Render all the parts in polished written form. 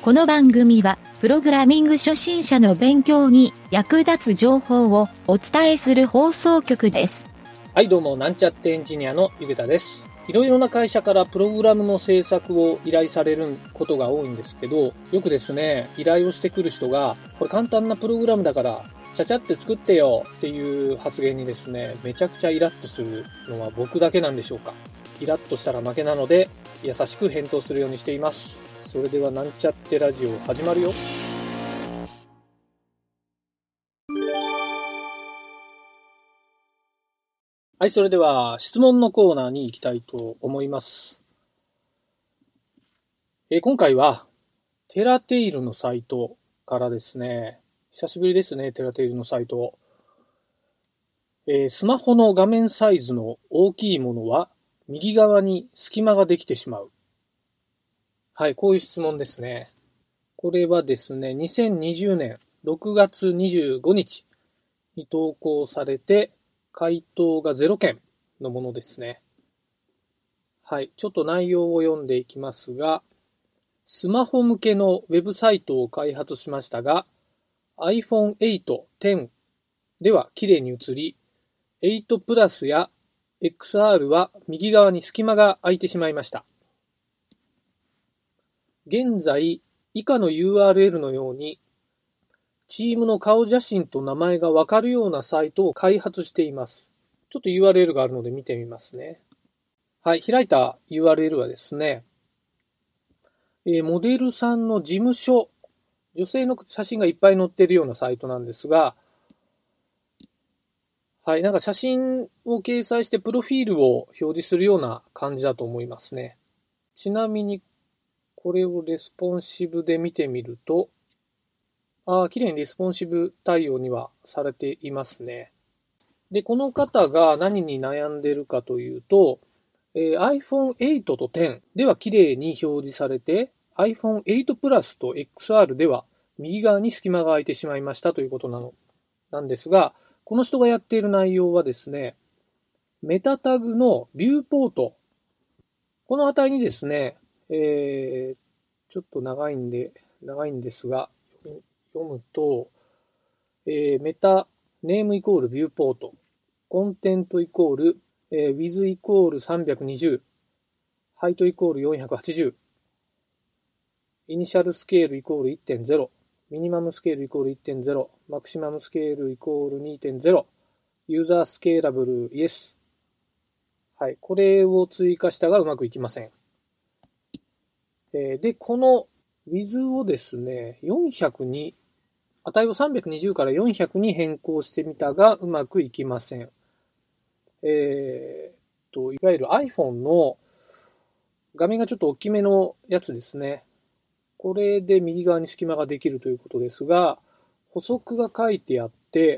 この番組は、プログラミング初心者の勉強に役立つ情報をお伝えする放送局です。 はい、どうも、なんちゃってエンジニアのゆげたです。いろいろな会社からプログラムの制作を依頼されることが多いんですけど、よくですね、依頼をしてくる人が、これ簡単なプログラムだから、ちゃちゃって作ってよっていう発言にですね、めちゃくちゃイラッとするのは僕だけなんでしょうか。イラッとしたら負けなので、優しく返答するようにしています。それではなんちゃってラジオ始まるよ。はい、それでは質問のコーナーに行きたいと思います。今回はテラテイルのサイトからですね、久しぶりですね、テラテイルのサイト。スマホの画面サイズの大きいものは右側に隙間ができてしまう。はい、こういう質問ですね。これはですね、2020年6月25日に投稿されて、回答が0件のものですね。はい、ちょっと内容を読んでいきますが、スマホ向けのウェブサイトを開発しましたが、iPhone 8、10では綺麗に映り、8 Plus や XR は右側に隙間が空いてしまいました。現在、以下の URL のように、チームの顔写真と名前がわかるようなサイトを開発しています。ちょっと URL があるので見てみますね。はい、開いた URL はですね、モデルさんの事務所、女性の写真がいっぱい載っているようなサイトなんですが、はい、なんか写真を掲載してプロフィールを表示するような感じだと思いますね。ちなみに、これをレスポンシブで見てみると、綺麗にレスポンシブ対応にはされていますね。で、この方が何に悩んでいるかというと、iPhone 8と10では綺麗に表示されて、iPhone 8 Plus と XR では右側に隙間が空いてしまいましたということなんですが、この人がやっている内容はですね、メタタグのビューポート。この値にですね、ちょっと長いんですが、読むと、メタネームイコールビューポート。コンテントイコール、with イコール320。ハイトイコール480。イニシャルスケールイコール 1.0。ミニマムスケールイコール 1.0。マクシマムスケールイコール 2.0。ユーザースケーラブルイエス。はい。これを追加したがうまくいきません。で、この with をですね、400に、値を320から400に変更してみたがうまくいきません。いわゆる iPhone の画面がちょっと大きめのやつですね。これで右側に隙間ができるということですが、補足が書いてあって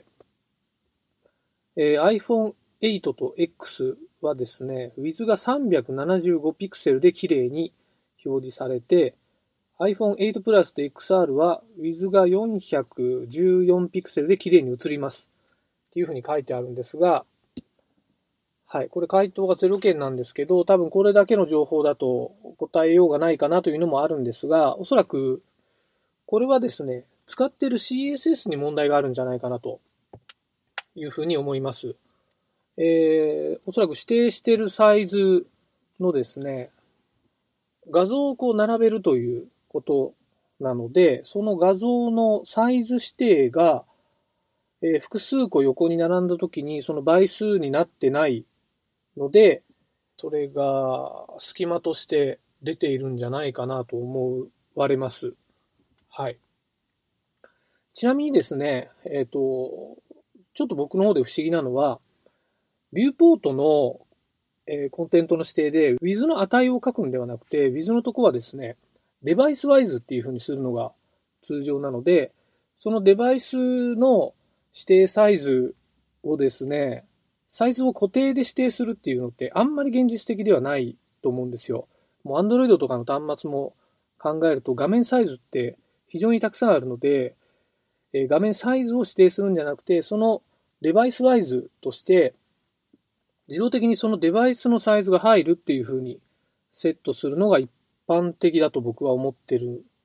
、iPhone 8と X はですね、Width が375ピクセルで綺麗に表示されて、iPhone 8 Plus と XR は Width が414ピクセルで綺麗に映ります。っていうふうに書いてあるんですが、はい。これ回答が0件なんですけど、多分これだけの情報だと答えようがないかなというのもあるんですが、おそらくこれはですね、使っている CSS に問題があるんじゃないかなというふうに思います。おそらく指定しているサイズのですね、画像をこう並べるということなので、その画像のサイズ指定が、複数個横に並んだ時にその倍数になってないので、それが隙間として出ているんじゃないかなと思われます。はい。ちなみにですね、ちょっと僕の方で不思議なのは、ビューポートの、コンテントの指定で with の値を書くんではなくて、with のとこはですね、デバイスワイズっていう風にするのが通常なので、そのデバイスの指定サイズをですね、サイズを固定で指定するっていうのってあんまり現実的ではないと思うんですよ。もう Android とかの端末も考えると画面サイズって非常にたくさんあるので、画面サイズを指定するんじゃなくて、そのデバイスワイズとして、自動的にそのデバイスのサイズが入るっていう風にセットするのが一般的だと僕は思ってる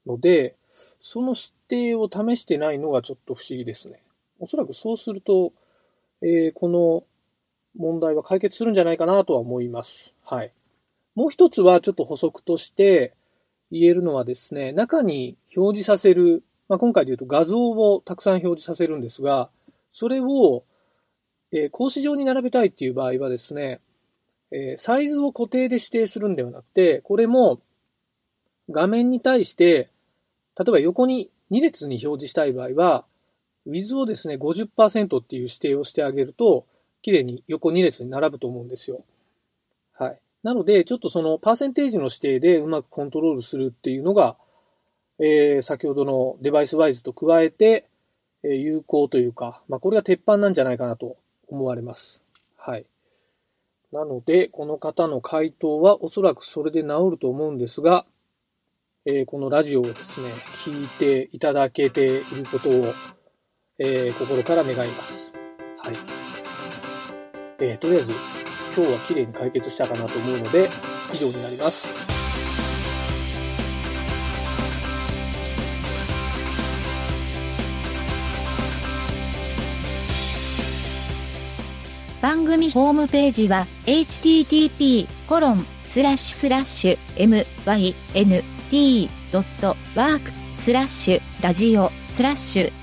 ので、その指定を試してないのがちょっと不思議ですね。おそらくそうすると、この問題は解決するんじゃないかなとは思います。はい。もう一つはちょっと補足として言えるのはですね、中に表示させる、今回で言うと画像をたくさん表示させるんですが、それを、格子状に並べたいっていう場合はですね、サイズを固定で指定するんではなくて、これも画面に対して、例えば横に2列に表示したい場合は、Width をですね、50% っていう指定をしてあげると、綺麗に横2列に並ぶと思うんですよ。はい。なので、ちょっとそのパーセンテージの指定でうまくコントロールするっていうのが、先ほどのデバイスワイズと加えて、有効というか、これが鉄板なんじゃないかなと思われます。はい。なので、この方の回答はおそらくそれで治ると思うんですが、このラジオをですね、聞いていただけていることを、心から願います。はい。とりあえず、今日は綺麗に解決したかなと思うので、以上になります。 番組ホームページは http://myn.t.work/ラジオ/